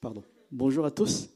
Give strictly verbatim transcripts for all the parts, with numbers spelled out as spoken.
pardon. Bonjour à tous.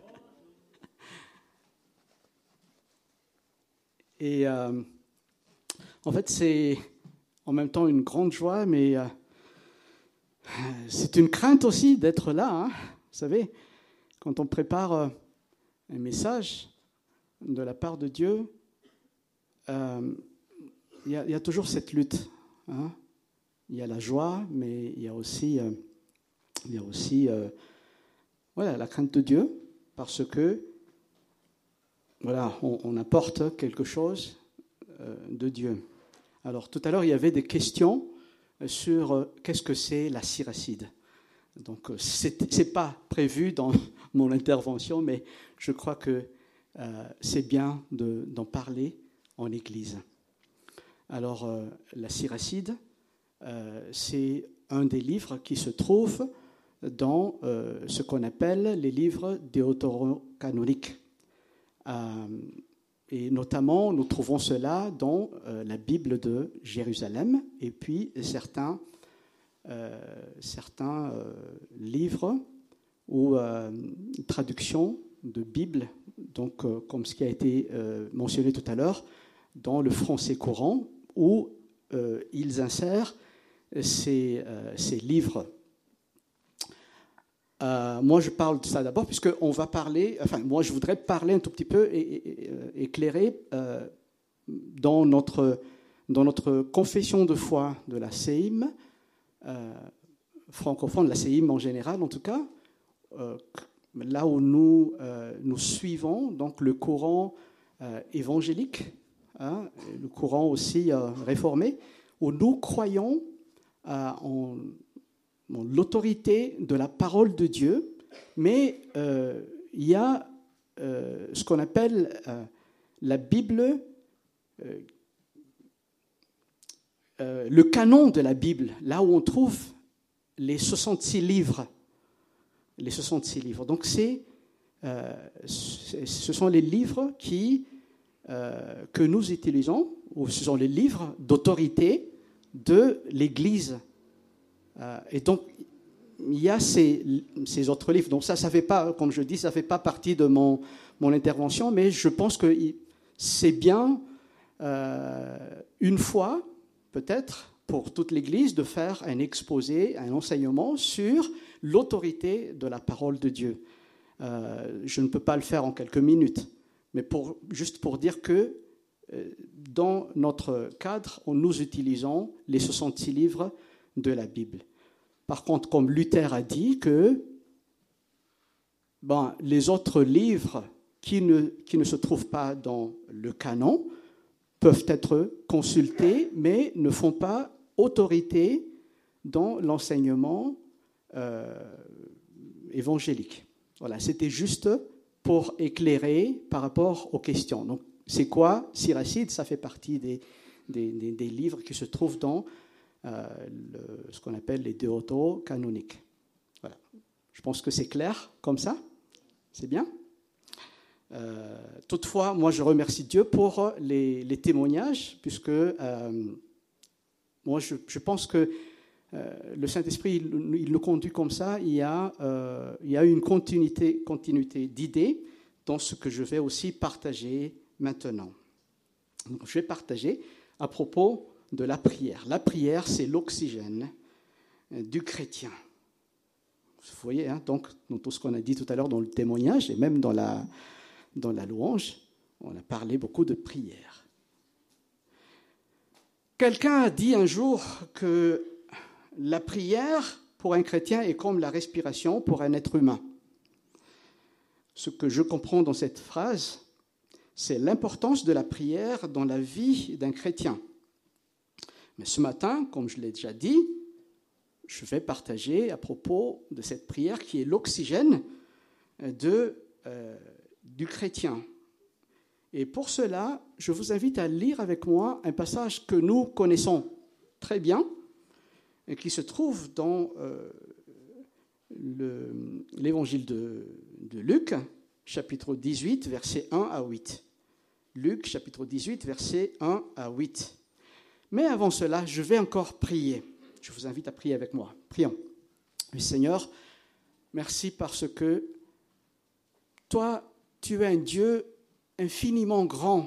Et euh, en fait, c'est en même temps une grande joie, mais euh, c'est une crainte aussi d'être là. Hein. Vous savez, quand on prépare euh, un message de la part de Dieu, euh, il y, y a toujours cette lutte. Hein. Il y a la joie, mais il y a aussi, euh, il y a aussi euh, voilà, la crainte de Dieu, parce que voilà, on, on apporte quelque chose euh, de Dieu. Alors, tout à l'heure, il y avait des questions sur euh, qu'est-ce que c'est la siracide. Donc, euh, ce n'est pas prévu dans mon intervention, mais je crois que euh, c'est bien de, d'en parler en Église. Alors, euh, la siracide, euh, c'est un des livres qui se trouve dans euh, ce qu'on appelle les livres deutérocanoniques. Euh, et notamment, nous trouvons cela dans euh, la Bible de Jérusalem et puis certains, euh, certains euh, livres ou euh, traductions de Bible, donc, euh, comme ce qui a été euh, mentionné tout à l'heure, dans le français courant, où euh, ils insèrent ces, euh, ces livres. Euh, moi, je parle de ça d'abord, puisqu'on va parler, enfin, moi, je voudrais parler un tout petit peu et, et, et éclairer euh, dans, notre, dans notre confession de foi de la C I M, euh, francophone, de la C I M en général, en tout cas, euh, là où nous, euh, nous suivons donc, le courant euh, évangélique, hein, le courant aussi euh, réformé, où nous croyons euh, en l'autorité de la parole de Dieu, mais euh, il y a euh, ce qu'on appelle euh, la Bible, euh, euh, le canon de la Bible, là où on trouve les soixante-six livres. Les soixante-six livres. Donc, c'est, euh, c'est, ce sont les livres qui, euh, que nous utilisons, ou ce sont les livres d'autorité de l'Église. Euh, et donc, il y a ces, ces autres livres. Donc ça, ça fait pas, comme je dis, ça ne fait pas partie de mon, mon intervention, mais je pense que c'est bien, euh, une fois, peut-être, pour toute l'Église, de faire un exposé, un enseignement sur l'autorité de la parole de Dieu. Euh, je ne peux pas le faire en quelques minutes, mais pour, juste pour dire que euh, dans notre cadre, nous utilisons les soixante-six livres de la Bible. Par contre, comme Luther a dit que ben, les autres livres qui ne, qui ne se trouvent pas dans le canon peuvent être consultés, mais ne font pas autorité dans l'enseignement euh, évangélique. Voilà, c'était juste pour éclairer par rapport aux questions. Donc, c'est quoi Siracide? Ça fait partie des, des, des, des livres qui se trouvent dans Euh, le, ce qu'on appelle les deutérocanoniques. Voilà. Je pense que c'est clair comme ça. C'est bien. Euh, toutefois, moi, je remercie Dieu pour les, les témoignages, puisque euh, moi, je, je pense que euh, le Saint-Esprit, il, il nous conduit comme ça. Il y a, euh, il y a une continuité, continuité d'idées dans ce que je vais aussi partager maintenant. Donc, je vais partager à propos de la prière. La prière, c'est l'oxygène du chrétien. Vous voyez, hein, donc, dans tout ce qu'on a dit tout à l'heure dans le témoignage et même dans la, dans la louange, on a parlé beaucoup de prière. Quelqu'un a dit un jour que la prière pour un chrétien est comme la respiration pour un être humain. Ce que je comprends dans cette phrase, c'est l'importance de la prière dans la vie d'un chrétien. Mais ce matin, comme je l'ai déjà dit, je vais partager à propos de cette prière qui est l'oxygène de, euh, du chrétien. Et pour cela, je vous invite à lire avec moi un passage que nous connaissons très bien et qui se trouve dans euh, le, l'évangile de, de Luc, chapitre dix-huit, versets un à huit. Luc, chapitre dix-huit, versets un à huit. Mais avant cela, je vais encore prier. Je vous invite à prier avec moi. Prions. Oui, Seigneur, Merci parce que toi, tu es un Dieu infiniment grand.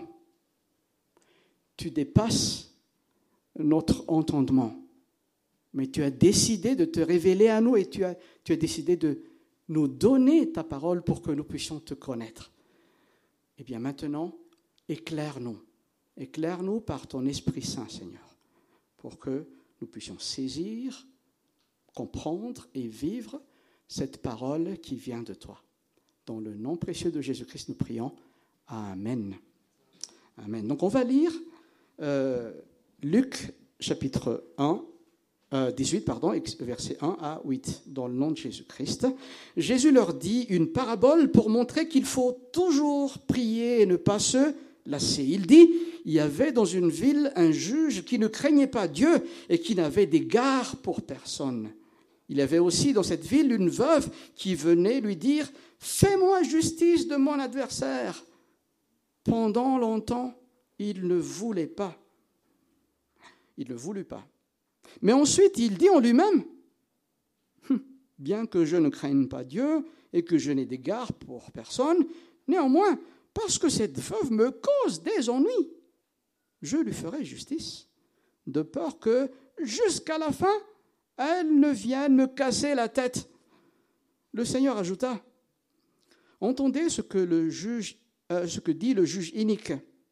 Tu dépasses notre entendement. Mais tu as décidé de te révéler à nous et tu as, tu as décidé de nous donner ta parole pour que nous puissions te connaître. Eh bien maintenant, éclaire-nous. Éclaire-nous par ton Esprit Saint, Seigneur, pour que nous puissions saisir, comprendre et vivre cette parole qui vient de toi. Dans le nom précieux de Jésus-Christ, nous prions. Amen. Amen. Donc on va lire euh, Luc chapitre un, euh, dix-huit, pardon, versets un à huit, dans le nom de Jésus-Christ. Jésus leur dit une parabole pour montrer qu'il faut toujours prier et ne pas se lasser. Il dit, il y avait dans une ville un juge qui ne craignait pas Dieu et qui n'avait d'égard pour personne. Il y avait aussi dans cette ville une veuve qui venait lui dire « Fais-moi justice de mon adversaire ». Pendant longtemps, il ne voulait pas. Il ne voulut pas. Mais ensuite, il dit en lui-même hum, « Bien que je ne craigne pas Dieu et que je n'ai d'égard pour personne, néanmoins, parce que cette veuve me cause des ennuis, je lui ferai justice, de peur que, jusqu'à la fin, elle ne vienne me casser la tête. » Le Seigneur ajouta, « Entendez ce que, le juge, euh, ce que dit le juge inique.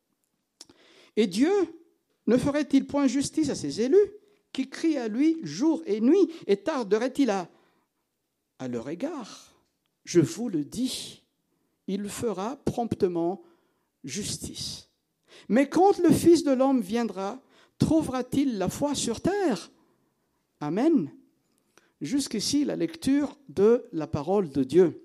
Et Dieu ne ferait-il point justice à ses élus, qui crient à lui jour et nuit, et tarderait-il à, à leur égard? Je vous le dis, il fera promptement justice. Mais quand le Fils de l'homme viendra, trouvera-t-il la foi sur terre? Amen. » Jusqu'ici, la lecture de la parole de Dieu.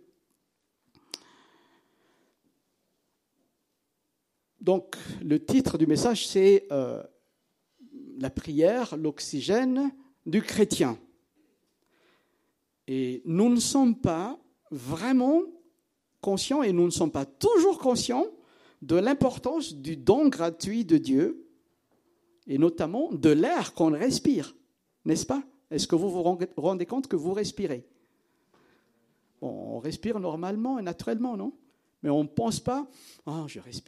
Donc, le titre du message, c'est euh, la prière, l'oxygène du chrétien. Et nous ne sommes pas vraiment conscients, et nous ne sommes pas toujours conscients de l'importance du don gratuit de Dieu, et notamment de l'air qu'on respire, n'est-ce pas? Est-ce que vous vous rendez compte que vous respirez? Bon, on respire normalement et naturellement, non? Mais on ne pense pas « Ah, oh, je respire ».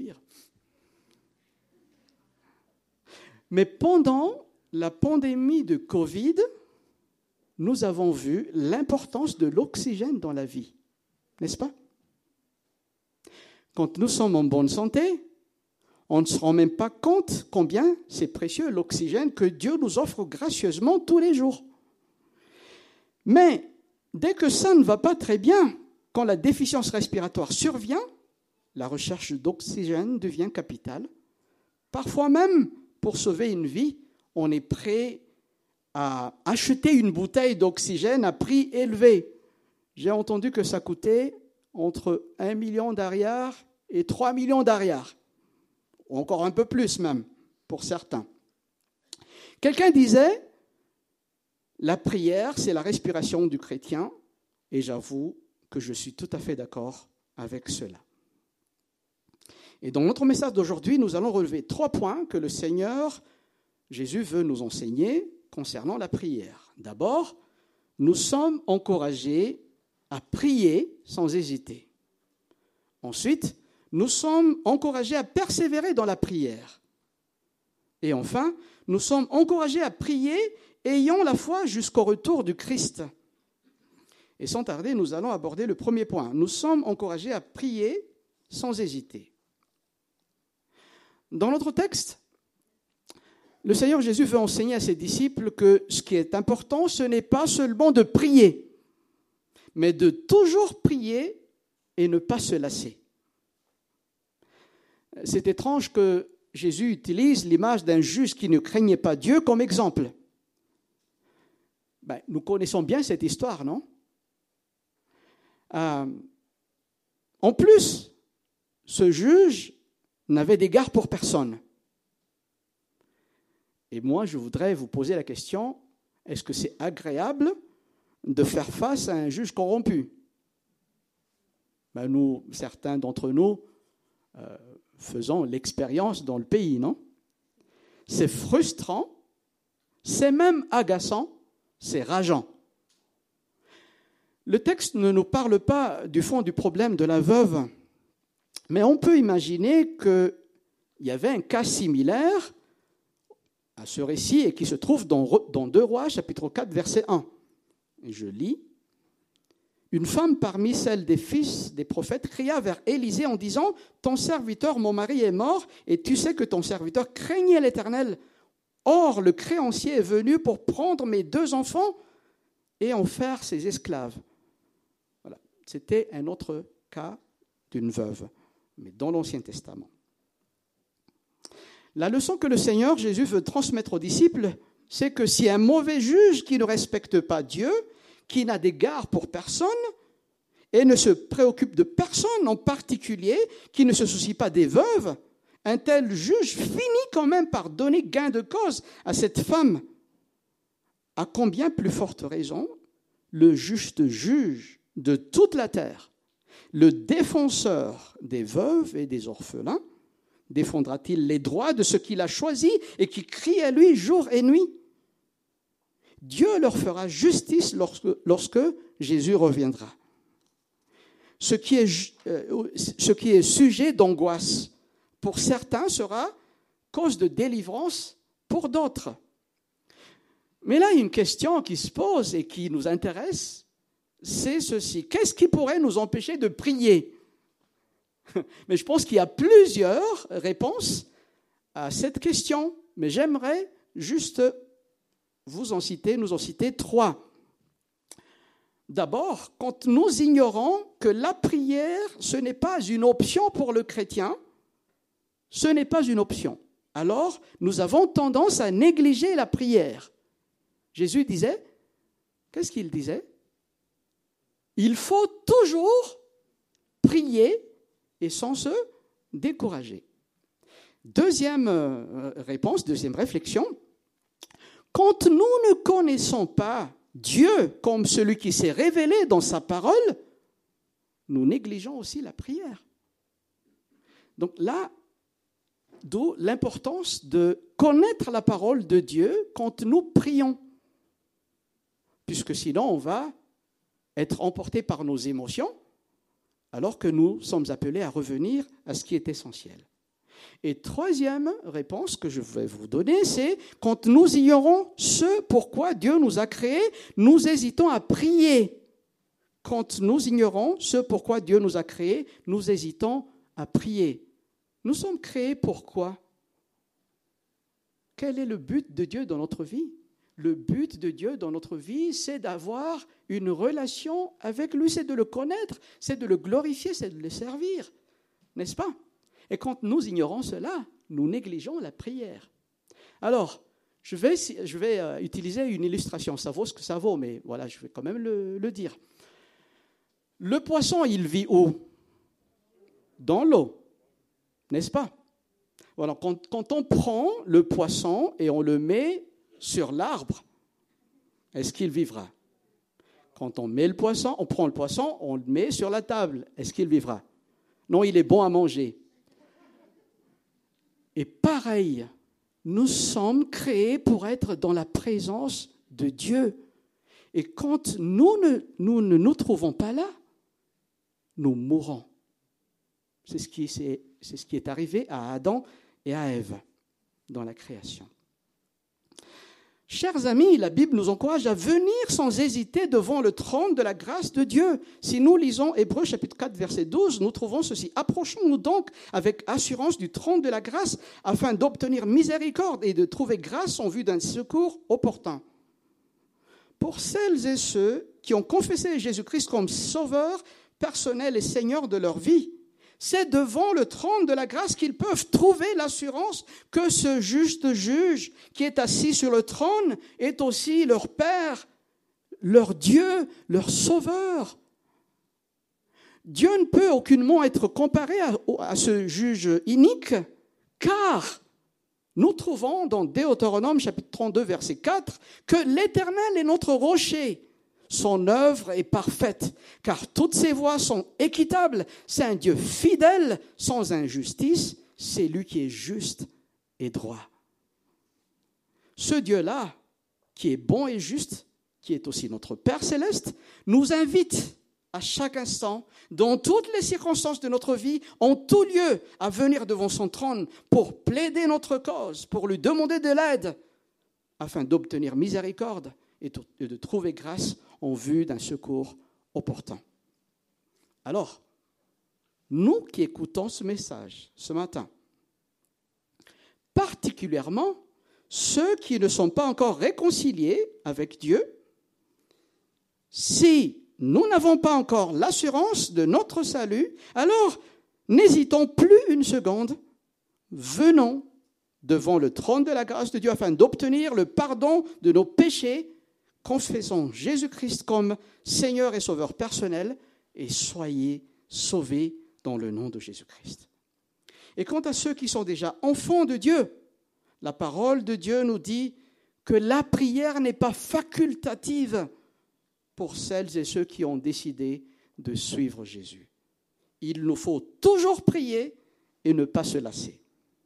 Mais pendant la pandémie de Covid, nous avons vu l'importance de l'oxygène dans la vie, n'est-ce pas? Quand nous sommes en bonne santé, on ne se rend même pas compte combien c'est précieux l'oxygène que Dieu nous offre gracieusement tous les jours. Mais dès que ça ne va pas très bien, quand la déficience respiratoire survient, la recherche d'oxygène devient capitale. Parfois même, pour sauver une vie, on est prêt à acheter une bouteille d'oxygène à prix élevé. J'ai entendu que ça coûtait entre un million d'ariars et trois millions d'ariars. Ou encore un peu plus même, pour certains. Quelqu'un disait, la prière, c'est la respiration du chrétien, et j'avoue que je suis tout à fait d'accord avec cela. Et dans notre message d'aujourd'hui, nous allons relever trois points que le Seigneur, Jésus, veut nous enseigner concernant la prière. D'abord, nous sommes encouragés à prier sans hésiter. Ensuite, nous sommes encouragés à persévérer dans la prière. Et enfin, nous sommes encouragés à prier ayant la foi jusqu'au retour du Christ. Et sans tarder, nous allons aborder le premier point. Nous sommes encouragés à prier sans hésiter. Dans notre texte, le Seigneur Jésus veut enseigner à ses disciples que ce qui est important, ce n'est pas seulement de prier, mais de toujours prier et ne pas se lasser. C'est étrange que Jésus utilise l'image d'un juge qui ne craignait pas Dieu comme exemple. Ben, nous connaissons bien cette histoire, non? Euh, en plus, ce juge n'avait d'égard pour personne. Et moi, je voudrais vous poser la question, est-ce que c'est agréable de faire face à un juge corrompu? Ben nous, certains d'entre nous, euh, faisons l'expérience dans le pays, non? C'est frustrant, c'est même agaçant, c'est rageant. Le texte ne nous parle pas du fond du problème de la veuve, mais on peut imaginer qu'il y avait un cas similaire à ce récit et qui se trouve dans, dans deux Rois, chapitre quatre, verset un. Et je lis. Une femme parmi celles des fils des prophètes cria vers Élisée en disant « Ton serviteur, mon mari, est mort, et tu sais que ton serviteur craignait l'Éternel. Or, le créancier est venu pour prendre mes deux enfants et en faire ses esclaves. » Voilà. C'était un autre cas d'une veuve, mais dans l'Ancien Testament. La leçon que le Seigneur Jésus veut transmettre aux disciples, c'est que si un mauvais juge qui ne respecte pas Dieu, qui n'a d'égard pour personne et ne se préoccupe de personne en particulier, qui ne se soucie pas des veuves, un tel juge finit quand même par donner gain de cause à cette femme. À combien plus forte raison, le juste juge de toute la terre, le défenseur des veuves et des orphelins, défendra-t-il les droits de ceux qu'il a choisis et qui crient à lui jour et nuit ? Dieu leur fera justice lorsque, lorsque Jésus reviendra. Ce qui est, euh, ce qui est sujet d'angoisse pour certains sera cause de délivrance pour d'autres. Mais là, il y a une question qui se pose et qui nous intéresse, c'est ceci. Qu'est-ce qui pourrait nous empêcher de prier ? Mais je pense qu'il y a plusieurs réponses à cette question. Mais j'aimerais juste vous en citer, nous en citer trois. D'abord, quand nous ignorons que la prière, ce n'est pas une option pour le chrétien, ce n'est pas une option. Alors, nous avons tendance à négliger la prière. Jésus disait, qu'est-ce qu'il disait ? Il faut toujours prier et sans se décourager. Deuxième réponse, deuxième réflexion, quand nous ne connaissons pas Dieu comme celui qui s'est révélé dans sa parole, nous négligeons aussi la prière. Donc là, d'où l'importance de connaître la parole de Dieu quand nous prions, puisque sinon on va être emporté par nos émotions, alors que nous sommes appelés à revenir à ce qui est essentiel. Et troisième réponse que je vais vous donner, c'est quand nous ignorons ce pourquoi Dieu nous a créés, nous hésitons à prier. Quand nous ignorons ce pourquoi Dieu nous a créés, nous hésitons à prier. Nous sommes créés pour quoi ? Quel est le but de Dieu dans notre vie ? Le but de Dieu dans notre vie, c'est d'avoir une relation avec lui, c'est de le connaître, c'est de le glorifier, c'est de le servir, n'est-ce pas ? Et quand nous ignorons cela, nous négligeons la prière. Alors, je vais, je vais utiliser une illustration, ça vaut ce que ça vaut, mais voilà, je vais quand même le, le dire. Le poisson, il vit où ? Dans l'eau, n'est-ce pas ? Voilà, quand, quand on prend le poisson et on le met sur l'arbre, est-ce qu'il vivra ? Quand on met le poisson, on prend le poisson, on le met sur la table, est-ce qu'il vivra ? Non, il est bon à manger. Et pareil, nous sommes créés pour être dans la présence de Dieu. Et quand nous ne nous, ne nous trouvons pas là, nous mourrons. C'est ce qui, c'est, c'est ce qui est arrivé à Adam et à Ève dans la création. Chers amis, la Bible nous encourage à venir sans hésiter devant le trône de la grâce de Dieu. Si nous lisons Hébreux chapitre quatre, verset douze, nous trouvons ceci. Approchons-nous donc avec assurance du trône de la grâce afin d'obtenir miséricorde et de trouver grâce en vue d'un secours opportun. Pour celles et ceux qui ont confessé Jésus-Christ comme sauveur personnel et Seigneur de leur vie, c'est devant le trône de la grâce qu'ils peuvent trouver l'assurance que ce juste juge qui est assis sur le trône est aussi leur Père, leur Dieu, leur Sauveur. Dieu ne peut aucunement être comparé à, à ce juge inique, car nous trouvons dans Deutéronome chapitre trente-deux, verset quatre, que l'Éternel est notre rocher. Son œuvre est parfaite, car toutes ses voies sont équitables. C'est un Dieu fidèle, sans injustice. C'est lui qui est juste et droit. Ce Dieu-là, qui est bon et juste, qui est aussi notre Père céleste, nous invite à chaque instant, dans toutes les circonstances de notre vie, en tout lieu, à venir devant son trône pour plaider notre cause, pour lui demander de l'aide, afin d'obtenir miséricorde et de trouver grâce en vue d'un secours opportun. Alors, nous qui écoutons ce message ce matin, particulièrement ceux qui ne sont pas encore réconciliés avec Dieu, si nous n'avons pas encore l'assurance de notre salut, alors n'hésitons plus une seconde, venons devant le trône de la grâce de Dieu afin d'obtenir le pardon de nos péchés, confessons Jésus-Christ comme Seigneur et Sauveur personnel et soyez sauvés dans le nom de Jésus-Christ. Et quant à ceux qui sont déjà enfants de Dieu, la parole de Dieu nous dit que la prière n'est pas facultative pour celles et ceux qui ont décidé de suivre Jésus. Il nous faut toujours prier et ne pas se lasser.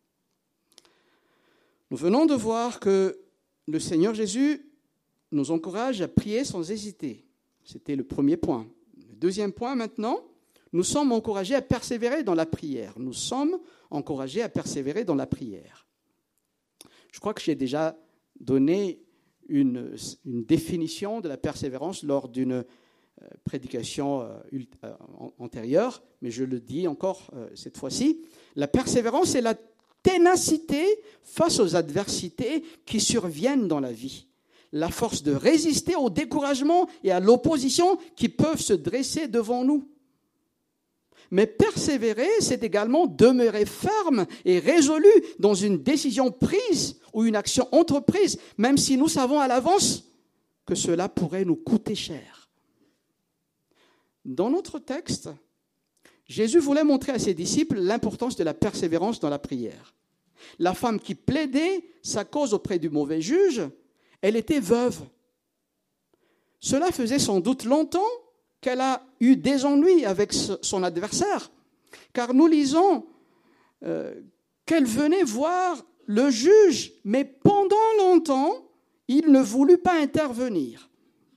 Nous venons de voir que le Seigneur Jésus nous encourage à prier sans hésiter. C'était le premier point. Le deuxième point maintenant, nous sommes encouragés à persévérer dans la prière. Nous sommes encouragés à persévérer dans la prière. Je crois que j'ai déjà donné une, une définition de la persévérance lors d'une euh, prédication euh, euh, antérieure, mais je le dis encore euh, cette fois-ci. La persévérance, c'est la ténacité face aux adversités qui surviennent dans la vie. La force de résister au découragement et à l'opposition qui peuvent se dresser devant nous. Mais persévérer, c'est également demeurer ferme et résolu dans une décision prise ou une action entreprise, même si nous savons à l'avance que cela pourrait nous coûter cher. Dans notre texte, Jésus voulait montrer à ses disciples l'importance de la persévérance dans la prière. La femme qui plaidait sa cause auprès du mauvais juge, elle était veuve. Cela faisait sans doute longtemps qu'elle a eu des ennuis avec son adversaire, car nous lisons euh, qu'elle venait voir le juge, mais pendant longtemps, il ne voulut pas intervenir.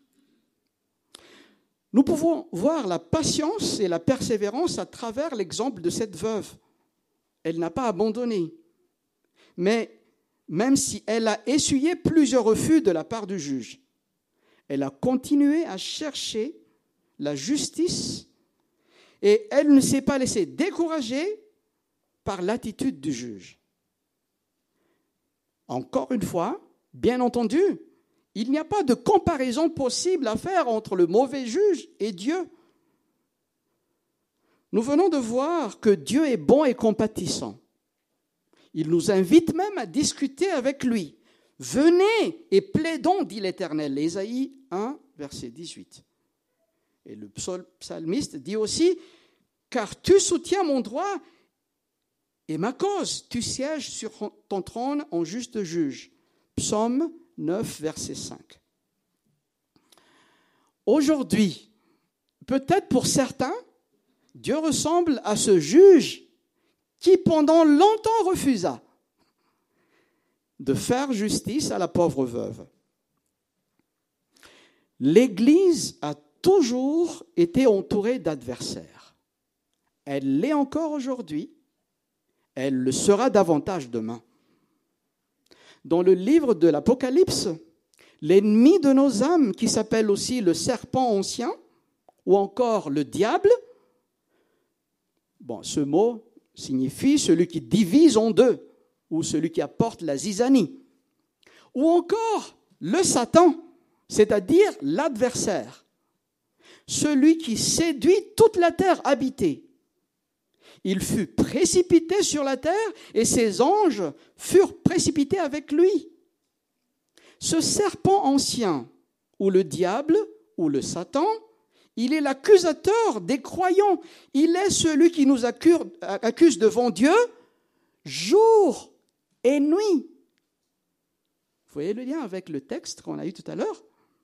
Nous pouvons voir la patience et la persévérance à travers l'exemple de cette veuve. Elle n'a pas abandonné, mais même si elle a essuyé plusieurs refus de la part du juge, elle a continué à chercher la justice, et elle ne s'est pas laissée décourager par l'attitude du juge. Encore une fois, bien entendu, il n'y a pas de comparaison possible à faire entre le mauvais juge et Dieu. Nous venons de voir que Dieu est bon et compatissant. Il nous invite même à discuter avec lui. « Venez et plaidons, dit l'Éternel » Ésaïe un, verset dix-huit. Et le psalmiste dit aussi « Car tu soutiens mon droit et ma cause, tu sièges sur ton trône en juste juge. » Psaume neuf, verset cinq. Aujourd'hui, peut-être pour certains, Dieu ressemble à ce juge qui pendant longtemps refusa de faire justice à la pauvre veuve. L'Église a toujours été entourée d'adversaires. Elle l'est encore aujourd'hui, elle le sera davantage demain. Dans le livre de l'Apocalypse, l'ennemi de nos âmes, qui s'appelle aussi le serpent ancien, ou encore le diable, bon, ce mot signifie celui qui divise en deux, ou celui qui apporte la zizanie, ou encore le Satan, c'est-à-dire l'adversaire, celui qui séduit toute la terre habitée. Il fut précipité sur la terre et ses anges furent précipités avec lui. Ce serpent ancien, ou le diable, ou le Satan, il est l'accusateur des croyants. Il est celui qui nous accuse devant Dieu jour et nuit. Vous voyez le lien avec le texte qu'on a eu tout à l'heure ?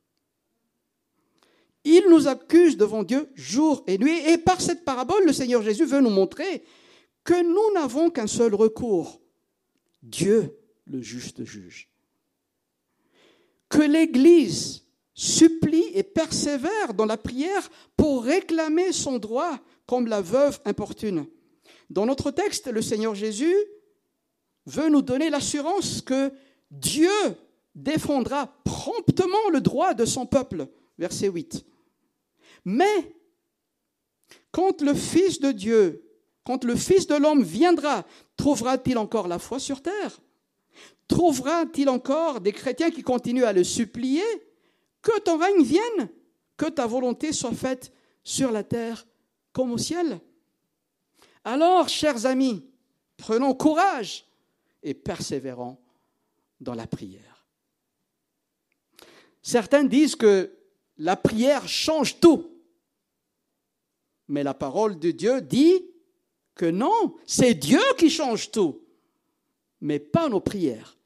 Il nous accuse devant Dieu jour et nuit. Et par cette parabole, le Seigneur Jésus veut nous montrer que nous n'avons qu'un seul recours. Dieu, le juste juge. Que l'Église supplie et persévère dans la prière pour réclamer son droit comme la veuve importune. Dans notre texte, le Seigneur Jésus veut nous donner l'assurance que Dieu défendra promptement le droit de son peuple. Verset huit. Mais quand le Fils de Dieu, quand le Fils de l'homme viendra, trouvera-t-il encore la foi sur terre? Trouvera-t-il encore des chrétiens qui continuent à le supplier? Que ton règne vienne, que ta volonté soit faite sur la terre comme au ciel. Alors, chers amis, prenons courage et persévérons dans la prière. Certains disent que la prière change tout. Mais la parole de Dieu dit que non, c'est Dieu qui change tout, mais pas nos prières.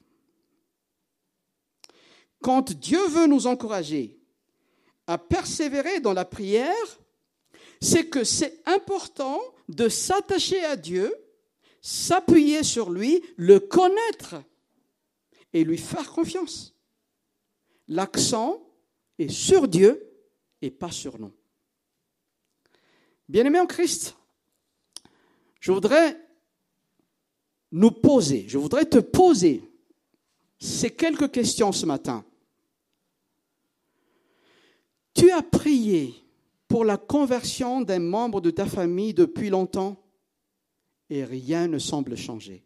Quand Dieu veut nous encourager à persévérer dans la prière, c'est que c'est important de s'attacher à Dieu, s'appuyer sur lui, le connaître et lui faire confiance. L'accent est sur Dieu et pas sur nous. Bien-aimés en Christ, je voudrais nous poser, je voudrais te poser ces quelques questions ce matin. Tu as prié pour la conversion d'un membre de ta famille depuis longtemps et rien ne semble changer.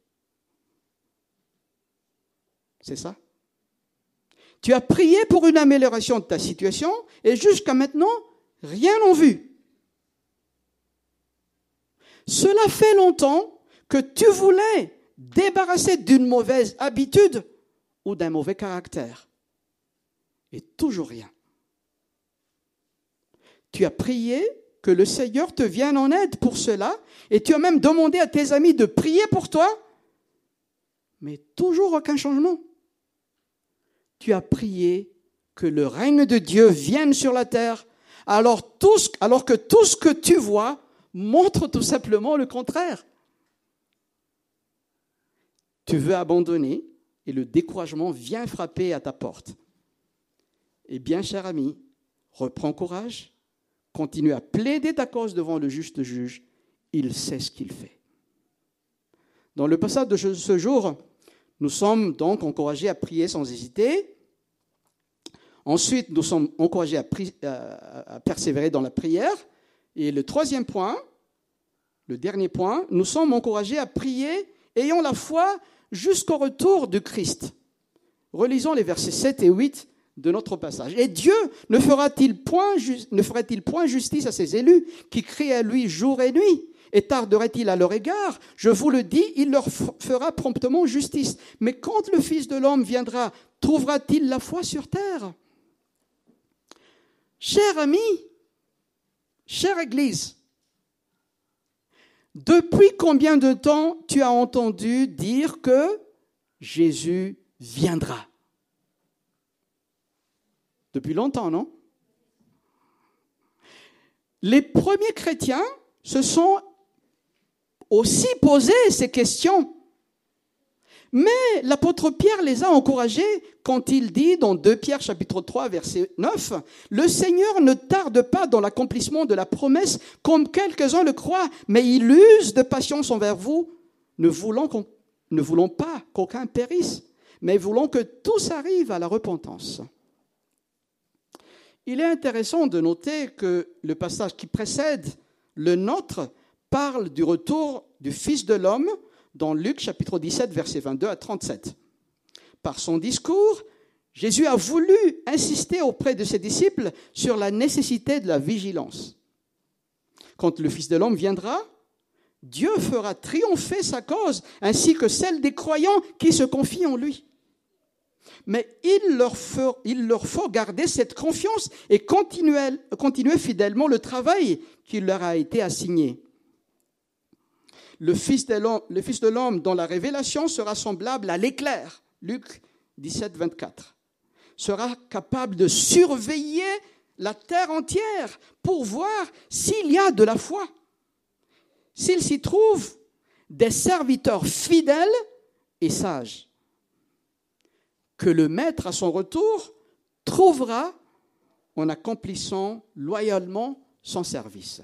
C'est ça? Tu as prié pour une amélioration de ta situation et jusqu'à maintenant, rien n'en vu. Cela fait longtemps que tu voulais débarrasser d'une mauvaise habitude ou d'un mauvais caractère. Et toujours rien. Tu as prié que le Seigneur te vienne en aide pour cela et tu as même demandé à tes amis de prier pour toi, mais toujours aucun changement. Tu as prié que le règne de Dieu vienne sur la terre, alors, tout ce, alors que tout ce que tu vois montre tout simplement le contraire. Tu veux abandonner et le découragement vient frapper à ta porte. Eh bien, cher ami, reprends courage, continue à plaider ta cause devant le juste juge. Il sait ce qu'il fait. Dans le passage de ce jour, nous sommes donc encouragés à prier sans hésiter. Ensuite, nous sommes encouragés à, pri- à persévérer dans la prière. Et le troisième point, le dernier point, nous sommes encouragés à prier ayant la foi jusqu'au retour de Christ. Relisons les versets sept et huit de notre passage. Et Dieu ne fera-t-il point, ne ferait-il point justice à ses élus qui crient à lui jour et nuit? Et tarderait-il à leur égard? Je vous le dis, il leur fera promptement justice. Mais quand le Fils de l'homme viendra, trouvera-t-il la foi sur terre? Cher ami, chère Église, depuis combien de temps tu as entendu dire que Jésus viendra? Depuis longtemps, non? Les premiers chrétiens se sont aussi posé ces questions. Mais l'apôtre Pierre les a encouragés quand il dit dans deux Pierre chapitre trois verset neuf, « Le Seigneur ne tarde pas dans l'accomplissement de la promesse comme quelques-uns le croient, mais il use de patience envers vous, ne voulant, qu'on, ne voulant pas qu'aucun périsse, mais voulant que tous arrivent à la repentance. » Il est intéressant de noter que le passage qui précède le nôtre parle du retour du Fils de l'homme dans Luc chapitre dix-sept, versets vingt-deux à trente-sept. Par son discours, Jésus a voulu insister auprès de ses disciples sur la nécessité de la vigilance. Quand le Fils de l'homme viendra, Dieu fera triompher sa cause ainsi que celle des croyants qui se confient en lui. Mais il leur faut, il leur faut garder cette confiance et continuer, continuer fidèlement le travail qui leur a été assigné. Le Fils de l'homme, le Fils de l'homme dans la révélation sera semblable à l'éclair, Luc dix-sept, vingt-quatre, sera capable de surveiller la terre entière pour voir s'il y a de la foi, s'il s'y trouve des serviteurs fidèles et sages, que le Maître à son retour trouvera en accomplissant loyalement son service.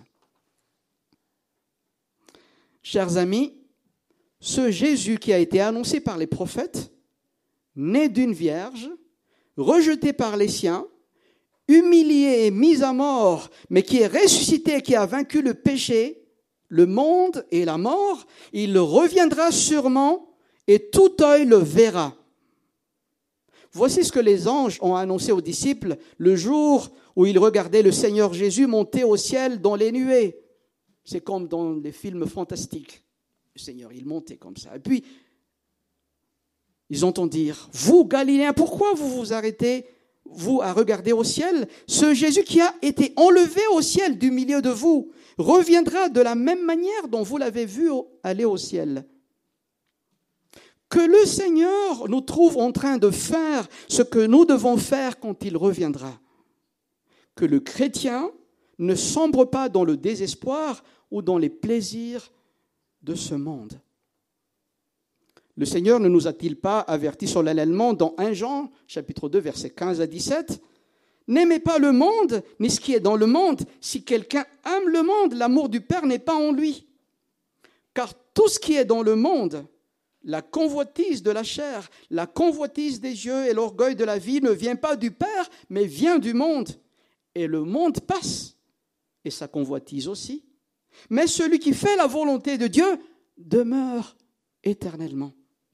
Chers amis, ce Jésus qui a été annoncé par les prophètes, né d'une vierge, rejeté par les siens, humilié et mis à mort, mais qui est ressuscité et qui a vaincu le péché, le monde et la mort, il reviendra sûrement et tout œil le verra. Voici ce que les anges ont annoncé aux disciples le jour où ils regardaient le Seigneur Jésus monter au ciel dans les nuées. C'est comme dans les films fantastiques. Le Seigneur, il montait comme ça. Et puis, ils entendent dire, « Vous, Galiléens, pourquoi vous vous arrêtez, vous, à regarder au ciel ? Ce Jésus qui a été enlevé au ciel du milieu de vous reviendra de la même manière dont vous l'avez vu aller au ciel. » Que le Seigneur nous trouve en train de faire ce que nous devons faire quand il reviendra. Que le chrétien ne sombre pas dans le désespoir ou dans les plaisirs de ce monde. Le Seigneur ne nous a-t-il pas avertis solennellement dans premier Jean, chapitre deux, versets quinze à dix-sept ? « N'aimez pas le monde, ni ce qui est dans le monde. Si quelqu'un aime le monde, l'amour du Père n'est pas en lui. Car tout ce qui est dans le monde, la convoitise de la chair, la convoitise des yeux et l'orgueil de la vie ne vient pas du Père, mais vient du monde. Et le monde passe, et sa convoitise aussi. Mais celui qui fait la volonté de Dieu demeure éternellement. »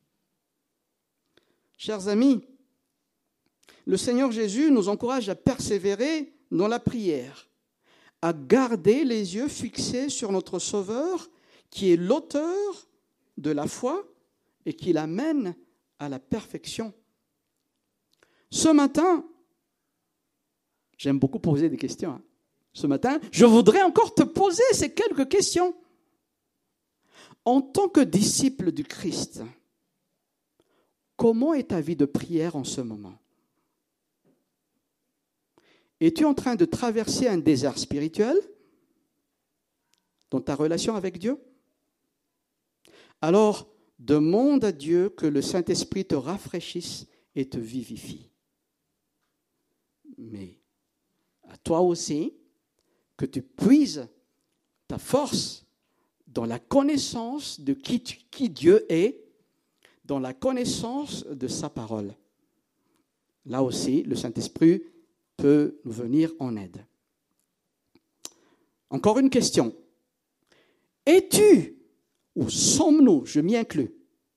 Chers amis, le Seigneur Jésus nous encourage à persévérer dans la prière, à garder les yeux fixés sur notre Sauveur, qui est l'auteur de la foi et qui l'amène à la perfection. Ce matin, j'aime beaucoup poser des questions. Hein. Ce matin, je voudrais encore te poser ces quelques questions. En tant que disciple du Christ, comment est ta vie de prière en ce moment ? Es-tu en train de traverser un désert spirituel dans ta relation avec Dieu ? Alors, demande à Dieu que le Saint-Esprit te rafraîchisse et te vivifie. Mais à toi aussi, que tu puises ta force dans la connaissance de qui, tu, qui Dieu est, dans la connaissance de sa parole. Là aussi, le Saint-Esprit peut nous venir en aide. Encore une question. Es-tu, ou sommes-nous, je m'y inclus,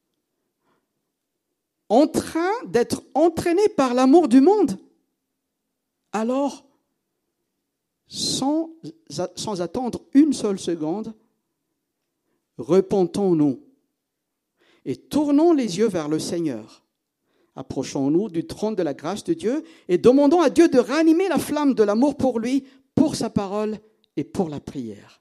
en train d'être entraînés par l'amour du monde ? Alors, sans, sans attendre une seule seconde, repentons-nous et tournons les yeux vers le Seigneur. Approchons-nous du trône de la grâce de Dieu et demandons à Dieu de ranimer la flamme de l'amour pour lui, pour sa parole et pour la prière.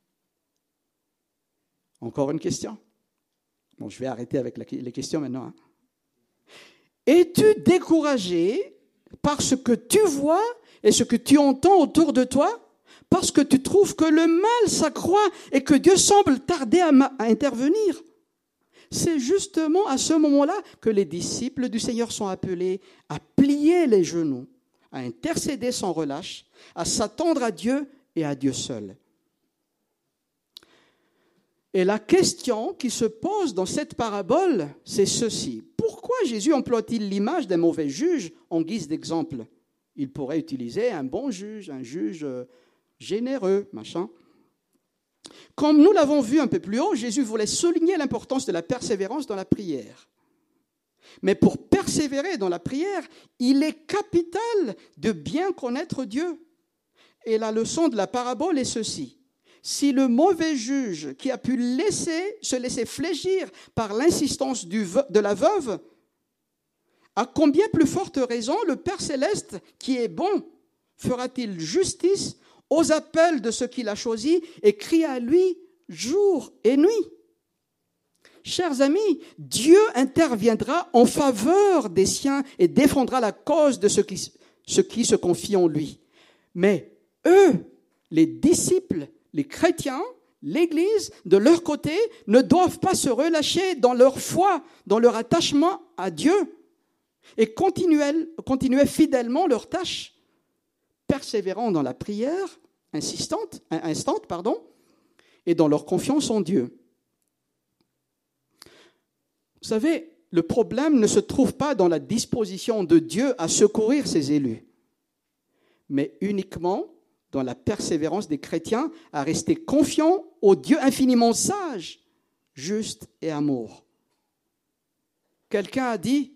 Encore une question ? Bon, je vais arrêter avec la, les questions maintenant. Hein. Es-tu découragé par ce que tu vois et ce que tu entends autour de toi, parce que tu trouves que le mal s'accroît et que Dieu semble tarder à, ma- à intervenir ? C'est justement à ce moment-là que les disciples du Seigneur sont appelés à plier les genoux, à intercéder sans relâche, à s'attendre à Dieu et à Dieu seul. Et la question qui se pose dans cette parabole, c'est ceci. Pourquoi Jésus emploie-t-il l'image d'un mauvais juge en guise d'exemple ? Il pourrait utiliser un bon juge, un juge généreux, machin. Comme nous l'avons vu un peu plus haut, Jésus voulait souligner l'importance de la persévérance dans la prière. Mais pour persévérer dans la prière, il est capital de bien connaître Dieu. Et la leçon de la parabole est ceci. Si le mauvais juge qui a pu laisser, se laisser fléchir par l'insistance du, de la veuve, à combien plus forte raison le Père Céleste, qui est bon, fera-t-il justice aux appels de ceux qu'il a choisis et crie à lui jour et nuit. Chers amis, Dieu interviendra en faveur des siens et défendra la cause de ceux qui, ceux qui se confient en lui. Mais eux, les disciples, les chrétiens, l'Église, de leur côté, ne doivent pas se relâcher dans leur foi, dans leur attachement à Dieu et continuer, continuer fidèlement leur tâche. persévérant dans la prière, insistante, instante, pardon, et dans leur confiance en Dieu. Vous savez, le problème ne se trouve pas dans la disposition de Dieu à secourir ses élus, mais uniquement dans la persévérance des chrétiens à rester confiants au Dieu infiniment sage, juste et amour. Quelqu'un a dit,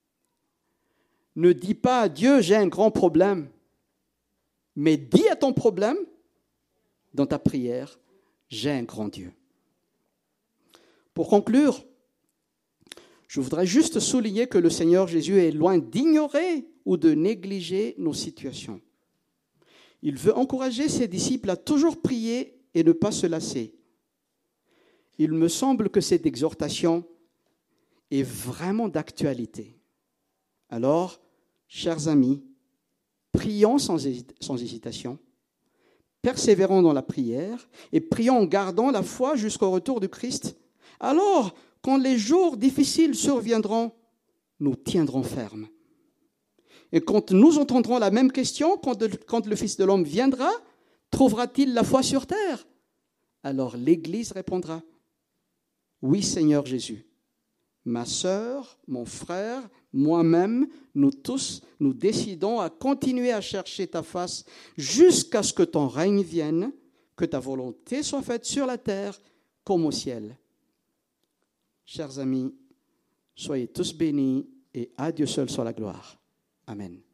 ne dis pas à Dieu, j'ai un grand problème, mais dis à ton problème, dans ta prière, j'ai un grand Dieu. Pour conclure, je voudrais juste souligner que le Seigneur Jésus est loin d'ignorer ou de négliger nos situations. Il veut encourager ses disciples à toujours prier et ne pas se lasser. Il me semble que cette exhortation est vraiment d'actualité. Alors, chers amis, prions sans hésitation, persévérons dans la prière et prions en gardant la foi jusqu'au retour du Christ. Alors, quand les jours difficiles surviendront, nous tiendrons ferme. Et quand nous entendrons la même question, quand, quand le Fils de l'homme viendra, trouvera-t-il la foi sur terre? Alors l'Église répondra, oui Seigneur Jésus, ma sœur, mon frère, moi-même, nous tous, nous décidons à continuer à chercher ta face jusqu'à ce que ton règne vienne, que ta volonté soit faite sur la terre comme au ciel. Chers amis, soyez tous bénis et à Dieu seul soit la gloire. Amen.